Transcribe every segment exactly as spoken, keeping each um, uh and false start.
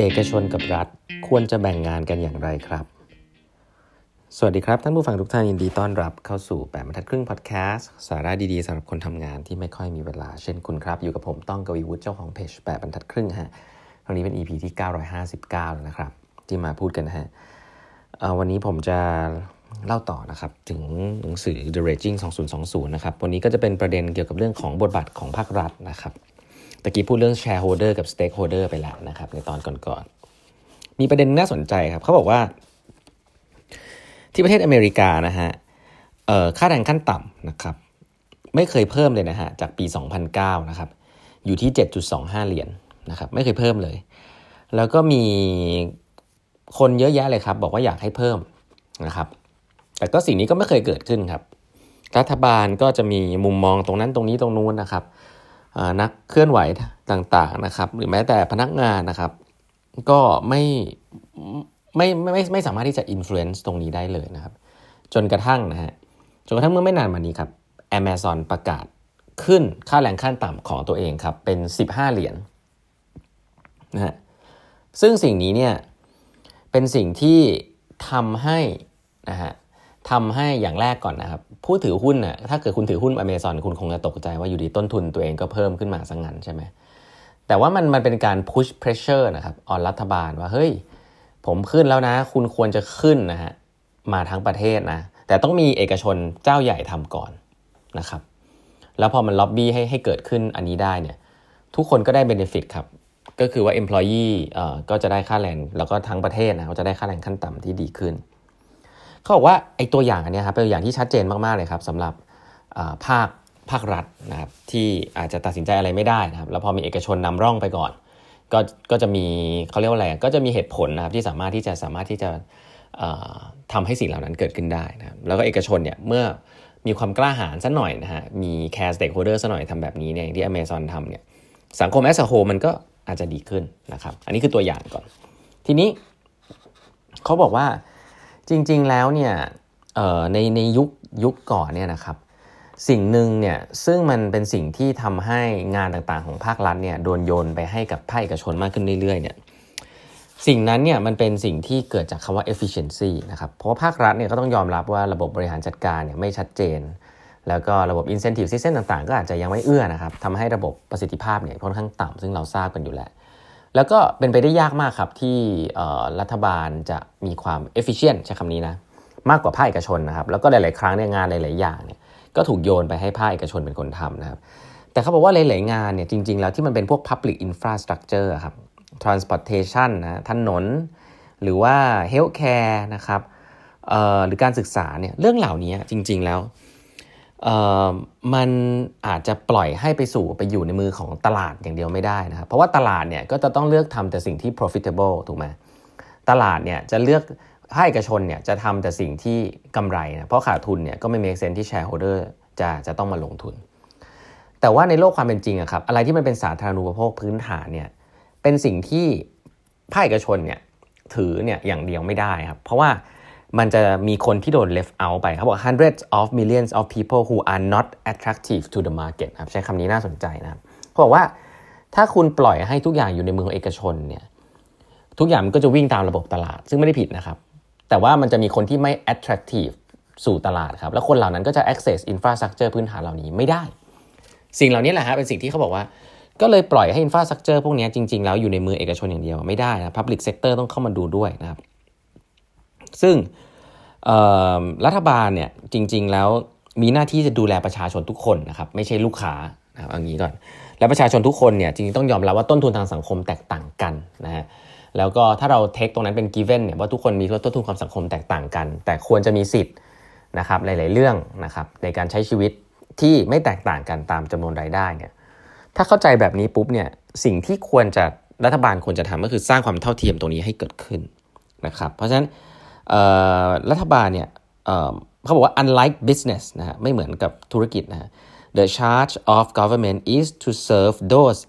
อกชนกับรัฐควรจะแบ่งงานกันอย่างไรครับสวัสดีครับท่านผู้ฟังทุกท่านยินดีต้อนรับเข้าสู่แปดบรรทัดครึ่งพอดแคสต์สาระดีๆสำหรับคนทำงานที่ไม่ค่อยมีเวลาเช่นคุณครับอยู่กับผมต้องกวีวุฒิเจ้าของเพจแปดบรรทัดครึ่งฮะวันนี้เป็น อี พี ที่เก้าร้อยห้าสิบเก้าแล้วนะครับที่มาพูดกันฮะวันนี้ผมจะเล่าต่อนะครับถึงหนังสือ The Raging สองพันยี่สิบนะครับวันนี้ก็จะเป็นประเด็นเกี่ยวกับเรื่องของบทบาทของภาครัฐนะครับตะกี้พูดเรื่อง shareholder กับ stakeholder ไปแล้วนะครับในตอนก่อนๆมีประเด็นน่าสนใจครับเขาบอกว่าที่ประเทศอเมริกานะฮะเอ่อค่าแรงขั้นต่ำนะครับไม่เคยเพิ่มเลยนะฮะจากปีสองพันเก้านะครับอยู่ที่ เจ็ดจุดสองห้า เหรียญนะครับไม่เคยเพิ่มเลยแล้วก็มีคนเยอะแยะเลยครับบอกว่าอยากให้เพิ่มนะครับแต่ก็สิ่งนี้ก็ไม่เคยเกิดขึ้นครับรัฐบาลก็จะมีมุมมองตรงนั้นตรงนี้ตรงนู้นนะครับนักเคลื่อนไหวต่างๆนะครับหรือแม้แต่พนักงานนะครับก็ไม่ไม่ไม่ไม่ไม่สามารถที่จะ influence ตรงนี้ได้เลยนะครับจนกระทั่งนะฮะจนกระทั่งเมื่อไม่นานมานี้ครับ Amazon ประกาศขึ้นค่าแรงขั้นต่ำของตัวเองครับเป็นสิบห้าเหรียญนะฮะซึ่งสิ่งนี้เนี่ยเป็นสิ่งที่ทำให้นะฮะทำให้อย่างแรกก่อนนะครับผู้ถือหุ้นน่ะถ้าเกิดคุณถือหุ้น Amazon คุณคงจะตกใจว่าอยู่ดีต้นทุนตัวเองก็เพิ่มขึ้นมาซะงั้นใช่ไหมแต่ว่ามันมันเป็นการ push pressure นะครับออนรัฐบาลว่าเฮ้ยผมขึ้นแล้วนะคุณควรจะขึ้นนะฮะมาทั้งประเทศนะแต่ต้องมีเอกชนเจ้าใหญ่ทำก่อนนะครับแล้วพอมันล็อบบี้ให้ให้เกิดขึ้นอันนี้ได้เนี่ยทุกคนก็ได้ benefit ครับก็คือว่า employee เอ่อก็จะได้ค่าแรงแล้วก็ทั้งประเทศนะเขาจะได้ค่าแรงขั้นต่ำที่ดีขึ้นเขาบอกว่าไอ้ตัวอย่างอันนี้ครับเป็นตัวอย่างที่ชัดเจนมากๆเลยครับสำหรับภาคภาครัฐนะครับที่อาจจะตัดสินใจอะไรไม่ได้นะครับแล้วพอมีเอกชนนำร่องไปก่อนก็ก็จะมีเขาเรียกว่าอะไรก็จะมีเหตุผลนะครับที่สามารถที่จะสามารถที่จะทำให้สิ่งเหล่านั้นเกิดขึ้นได้นะครับแล้วก็เอกชนเนี่ยเมื่อมีความกล้าหาญสักหน่อยนะฮะมี care stakeholder สักหน่อยทำแบบนี้เนี่ยที่ Amazon ทำเนี่ยสังคม as a whole มันก็อาจจะดีขึ้นนะครับอันนี้คือตัวอย่างก่อนทีนี้เขาบอกว่าจริงๆแล้วเนี่ยในในยุคยุคก่อนเนี่ยนะครับสิ่งหนึ่งเนี่ยซึ่งมันเป็นสิ่งที่ทำให้งานต่างๆของภาครัฐเนี่ยโดนโยนไปให้กับภาคเอกชนมากขึ้นเรื่อยๆเนี่ยสิ่งนั้นเนี่ยมันเป็นสิ่งที่เกิดจากคำว่า efficiency นะครับเพราะว่าภาครัฐเนี่ยก็ต้องยอมรับว่าระบบบริหารจัดการเนี่ยไม่ชัดเจนแล้วก็ระบบ incentive system ต่างๆก็อาจจะยังไม่เอื้อนะครับทำให้ระบบประสิทธิภาพเนี่ยค่อนข้างต่ำซึ่งเราทราบกันอยู่แล้วแล้วก็เป็นไปได้ยากมากครับที่รัฐบาลจะมีความ efficient ใช้คำนี้นะมากกว่าภาคเอกชนนะครับแล้วก็หลายๆครั้งเนี่ยงานหลายๆอย่างเนี่ยก็ถูกโยนไปให้ภาคเอกชนเป็นคนทำนะครับแต่เขาบอกว่าหลายๆงานเนี่ยจริงๆแล้วที่มันเป็นพวก public infrastructure ครับ transportation นะถนนหรือว่า healthcare นะครับเอ่อหรือการศึกษาเนี่ยเรื่องเหล่านี้จริงๆแล้วเอ่อมันอาจจะปล่อยให้ไปสู่ไปอยู่ในมือของตลาดอย่างเดียวไม่ได้นะครับเพราะว่าตลาดเนี่ยก็จะต้องเลือกทำแต่สิ่งที่ profitable ถูกไหมตลาดเนี่ยจะเลือกภาคเอกชนเนี่ยจะทำแต่สิ่งที่กำไรนะเพราะขาดทุนเนี่ยก็ไม่ make sense ที่ shareholder จะจะต้องมาลงทุนแต่ว่าในโลกความเป็นจริงอะครับอะไรที่มันเป็นสาธารณูปโภคพื้นฐานเนี่ยเป็นสิ่งที่ภาคเอกชนเนี่ยถือเนี่ยอย่างเดียวไม่ได้ครับเพราะว่ามันจะมีคนที่โดน left out ไปเขาบอก hundreds of millions of people who are not attractive to the market ครับใช้คำนี้น่าสนใจนะครับเขาบอกว่าถ้าคุณปล่อยให้ทุกอย่างอยู่ในมือของเอกชนเนี่ยทุกอย่างมันก็จะวิ่งตามระบบตลาดซึ่งไม่ได้ผิดนะครับแต่ว่ามันจะมีคนที่ไม่ attractive สู่ตลาดครับแล้วคนเหล่านั้นก็จะ access infrastructure พื้นฐานเหล่านี้ไม่ได้สิ่งเหล่านี้แหละฮะเป็นสิ่งที่เขาบอกว่าก็เลยปล่อยให้ infrastructure พวกนี้จริงๆแล้วอยู่ในมือเอกชนอย่างเดียวไม่ได้นะ public sector ต้องเข้ามาดูด้วยนะครับซึ่งรัฐบาลเนี่ยจริงๆแล้วมีหน้าที่จะดูแลประชาชนทุกคนนะครับไม่ใช่ลูกค้านะครับเอางี้ก่อนและประชาชนทุกคนเนี่ยจริงๆต้องยอมรับว่าต้นทุนทางสังคมแตกต่างกันนะฮะแล้วก็ถ้าเราเทคตรงนั้นเป็น given เนี่ยว่าทุกคนมีต้นทุนความสังคมแตกต่างกันแต่ควรจะมีสิทธิ์นะครับหลายๆเรื่องนะครับในการใช้ชีวิตที่ไม่แตกต่างกันตามจำนวนรายได้เนี่ยถ้าเข้าใจแบบนี้ปุ๊บเนี่ยสิ่งที่ควรจะรัฐบาลควรจะทำก็คือสร้างความเท่าเทียมตรงนี้ให้เกิดขึ้นนะครับเพราะฉะนั้นรัฐบาลเนี่ย เ, เขาบอกว่า unlike business นะฮะไม่เหมือนกับธุรกิจนะฮะ the charge of government is to serve those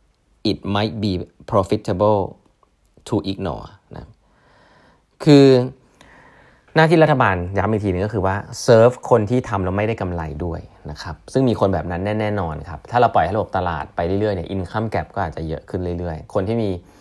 it might be profitable to ignore นะคือหน้าที่รัฐบาลย้ำอีกทีนึงก็คือว่าเซิร์ฟคนที่ทำแล้วไม่ได้กำไรด้วยนะครับซึ่งมีคนแบบนั้นแน่ๆนอนครับถ้าเราปล่อยให้ระบบตลาดไปเรื่อยๆเนี่ย income gap ก็อาจจะเยอะขึ้นเรื่อยๆคนที่มี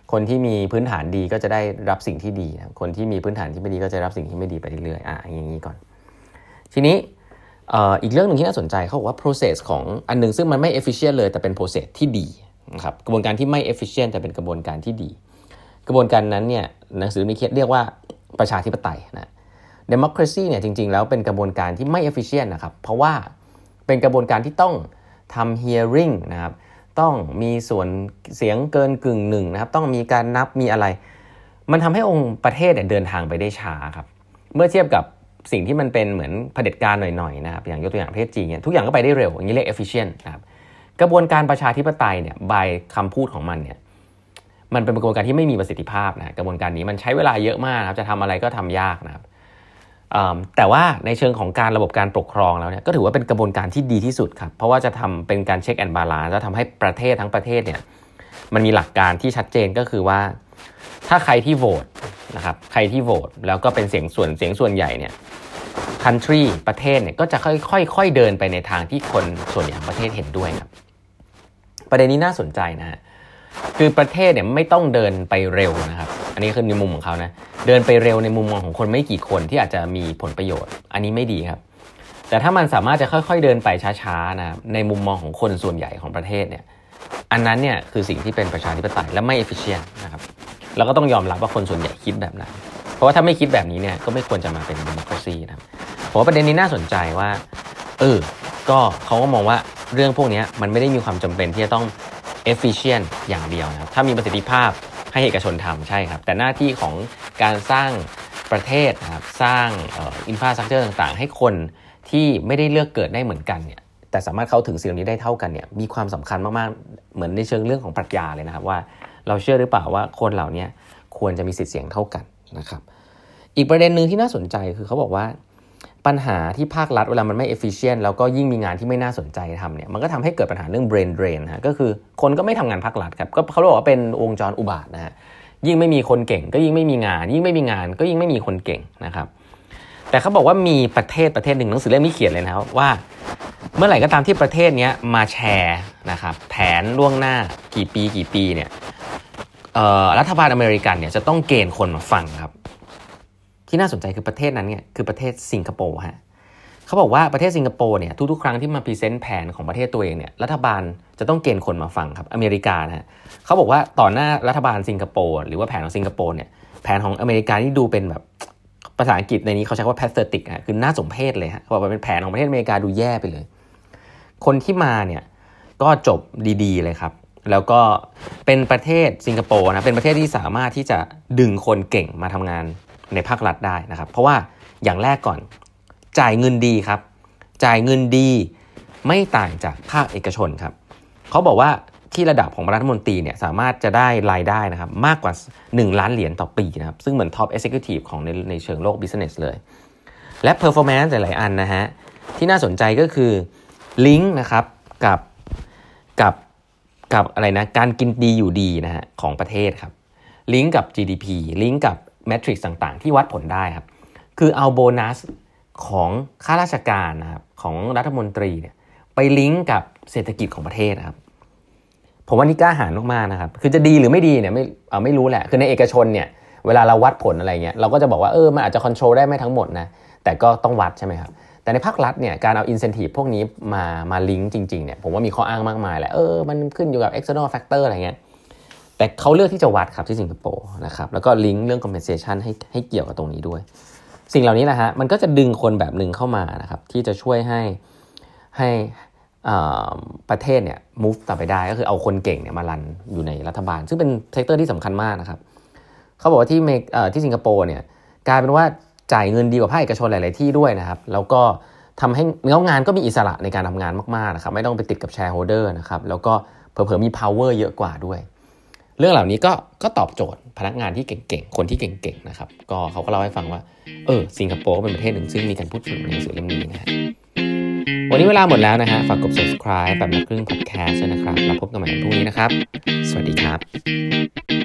คนที่มีพื้นฐานดีก็จะได้รับสิ่งที่ดีนะคนที่มีพื้นฐานที่ไม่ดีก็จะรับสิ่งที่ไม่ดีไปเรื่อยๆอ่ะอย่างนี้ก่อนทีนี้เอ่ออีกเรื่องนึงที่น่าสนใจเขาบอกว่า process ของอันนึงซึ่งมันไม่ efficient เลยแต่เป็น process ที่ดีนะครับกระบวนการที่ไม่ efficient แต่เป็นกระบวนการที่ดีกระบวนการนั้นเนี่ยหนังสือมีเรียกว่าประชาธิปไตยนะ democracy เนี่ยจริงๆแล้วเป็นกระบวนการที่ไม่ efficient นะครับเพราะว่าเป็นกระบวนการที่ต้องทำ hearing นะครับต้องมีส่วนเสียงเกินกึ่งหนึ่งนะครับต้องมีการนับมีอะไรมันทำให้องค์ประเทศเนี่ยเดินทางไปได้ช้าครับเมื่อเทียบกับสิ่งที่มันเป็นเหมือนเผด็จการหน่อยๆนะครับอย่างยกตัวอย่างประเทศจีนเนี่ยทุกอย่างก็ไปได้เร็วอย่างนี้เรียก efficient นะครับกระบวนการประชาธิปไตยเนี่ยบายคำพูดของมันเนี่ยมันเป็นกระบวนการที่ไม่มีประสิทธิภาพนะกระบวนการนี้มันใช้เวลาเยอะมากนะครับจะทำอะไรก็ทำยากนะครับแต่ว่าในเชิงของการระบบการปกครองแล้วเนี่ยก็ถือว่าเป็นกระบวนการที่ดีที่สุดครับเพราะว่าจะทำเป็นการเช็คแอนด์บาลานซ์จะทำให้ประเทศทั้งประเทศเนี่ยมันมีหลักการที่ชัดเจนก็คือว่าถ้าใครที่โหวตนะครับใครที่โหวตแล้วก็เป็นเสียงส่วนเสียงส่วนใหญ่เนี่ยcountry ประเทศเนี่ยก็จะค่อยๆเดินไปในทางที่คนส่วนใหญ่ของประเทศเห็นด้วยครับประเด็นนี้น่าสนใจนะฮะคือประเทศเนี่ยไม่ต้องเดินไปเร็วนะครับอันนี้คือในมุมของเขานะเดินไปเร็วในมุมมองของคนไม่กี่คนที่อาจจะมีผลประโยชน์อันนี้ไม่ดีครับแต่ถ้ามันสามารถจะค่อยๆเดินไปช้าๆนะในมุมมองของคนส่วนใหญ่ของประเทศเนี่ยอันนั้นเนี่ยคือสิ่งที่เป็นประชาธิปไตยและไม่ efficient นะครับแล้วก็ต้องยอมรับว่าคนส่วนใหญ่คิดแบบนั้นเพราะว่าถ้าไม่คิดแบบนี้เนี่ยก็ไม่ควรจะมาเป็น democracy นะครับผมว่าประเด็นนี้น่าสนใจว่าเออก็เขาก็มองว่าเรื่องพวกนี้มันไม่ได้มีความจำเป็นที่จะต้อง efficient อย่างเดียวนะครับถ้ามีประสิทธิภาพให้เอกชนทำใช่ครับแต่หน้าที่ของการสร้างประเทศนะครับสร้างเอ่อ infrastructure ต่างๆให้คนที่ไม่ได้เลือกเกิดได้เหมือนกันเนี่ยแต่สามารถเข้าถึงสิ่งนี้ได้เท่ากันเนี่ยมีความสำคัญมากๆเหมือนในเชิงเรื่องของปรัชญาเลยนะครับว่าเราเชื่อหรือเปล่าว่าคนเหล่านี้ควรจะมีสิทธิเสียงเท่ากันนะครับอีกประเด็นนึงที่น่าสนใจคือเขาบอกว่าปัญหาที่ภาครัฐเวลามันไม่ efficient แล้วก็ยิ่งมีงานที่ไม่น่าสนใจทำเนี่ยมันก็ทำให้เกิดปัญหาเรื่อง brain drain นะก็คือคนก็ไม่ทำงานภาครัฐครับก็เขาบอกว่าเป็นวงจรอุบาทนะฮะยิ่งไม่มีคนเก่งก็ยิ่งไม่มีงานยิ่งไม่มีงานก็ยิ่งไม่มีคนเก่งนะครับแต่เขาบอกว่ามีประเทศประเทศหนึ่งหนังสือเล่มนี้เขียนเลยนะครับว่าเมื่อไหร่ก็ตามที่ประเทศนี้มาแชร์นะครับแผนล่วงหน้ากี่ปีกี่ปีเนี่ยรัฐบาลอเมริกันเนี่ยจะต้องเกณฑ์คนมาฟังครับที่น่าสนใจคือประเทศนั้นเนี่ยคือประเทศสิงคโปร์ฮะเขาบอกว่าประเทศสิงคโปร์เนี่ยทุกๆครั้งที่มาพรีเซนต์แผนของประเทศตัวเองเนี่ยรัฐบาลจะต้องเกณฑ์คนมาฟังครับอเมริกานะฮะเขาบอกว่าต่อหน้ารัฐบาลสิงคโปร์หรือว่าแผนของสิงคโปร์เนี่ยแผนของอเมริกาที่ดูเป็นแบบภาษาอังกฤษในนี้เขาใช้ว่า pathetic ฮะคือน่าสมเพชเลยฮะเขาบอกว่าเป็นแผนของประเทศอเมริกาดูแย่ไปเลยคนที่มาเนี่ยก็จบดีๆเลยครับแล้วก็เป็นประเทศสิงคโปร์นะเป็นประเทศที่สามารถที่จะดึงคนเก่งมาทำงานในภาครัฐได้นะครับเพราะว่าอย่างแรกก่อนจ่ายเงินดีครับจ่ายเงินดีไม่ต่างจากภาคเอกชนครับเขาบอกว่าที่ระดับของรัฐมนตรีเนี่ยสามารถจะได้รายได้นะครับมากกว่าหนึ่งล้านเหรียญต่อปีนะครับซึ่งเหมือน Top Executive ของในในเชิงโลก Business เลยและ Performance หลายๆอันนะฮะที่น่าสนใจก็คือลิงก์นะครับกับกับกับอะไรนะการกินดีอยู่ดีนะฮะของประเทศครับลิงก์กับ จี ดี พี ลิงก์กับแมทริกซ์ต่างๆที่วัดผลได้ครับคือเอาโบนัสของข้าราชการนะครับของรัฐมนตรีเนี่ยไปลิงก์กับเศรษฐกิจของประเทศนะครับผมว่านี่กล้าหาญมากๆนะครับคือจะดีหรือไม่ดีเนี่ยไม่เอาไม่รู้แหละคือในเอกชนเนี่ยเวลาเราวัดผลอะไรเงี้ยเราก็จะบอกว่าเออมันอาจจะคอนโทรลได้ไม่ทั้งหมดนะแต่ก็ต้องวัดใช่ไหมครับแต่ในภาครัฐเนี่ยการเอา incentive พวกนี้มามาลิงก์จริงๆเนี่ยผมว่ามีข้ออ้างมากมายแหละเออมันขึ้นอยู่กับ external factor อะไรเงี้ยแต่เขาเลือกที่จะวัดครับที่สิงคโปร์นะครับแล้วก็ลิงก์เรื่อง compensation ให้ให้เกี่ยวกับตรงนี้ด้วยสิ่งเหล่านี้นะฮะมันก็จะดึงคนแบบหนึ่งเข้ามานะครับที่จะช่วยให้ให้ประเทศเนี่ย move ต่อไปได้ก็คือเอาคนเก่งเนี่ยมารันอยู่ในรัฐบาลซึ่งเป็นเซกเตอร์ที่สำคัญมากนะครับเขาบอกว่าที่เมกที่สิงคโปร์เนี่ยกลายเป็นว่าจ่ายเงินดีกว่าภาคเอกชนหลายๆที่ด้วยนะครับแล้วก็ทำให้เงางานก็มีอิสระในการทำงานมากๆนะครับไม่ต้องไปติดกับ shareholder นะครับแล้วก็เผลอๆมี power เยอะกว่าด้วยเรื่องเหล่านี้ก็ก็ตอบโจทย์พนักงานที่เก่งๆคนที่เก่งๆนะครับก็เขาก็เล่าให้ฟังว่าเออสิงคโปร์เป็นประเทศหนึ่งซึ่งมีการพูดถึงในหนังสือเล่มนี้นะฮะวันนี้เวลาหมดแล้วนะฮะฝากกด subscribe แบบนักครึ่ง podcast ด้วยนะครับแล้วพบกันใหม่ในพรุ่งนี้นะครับสวัสดีครับ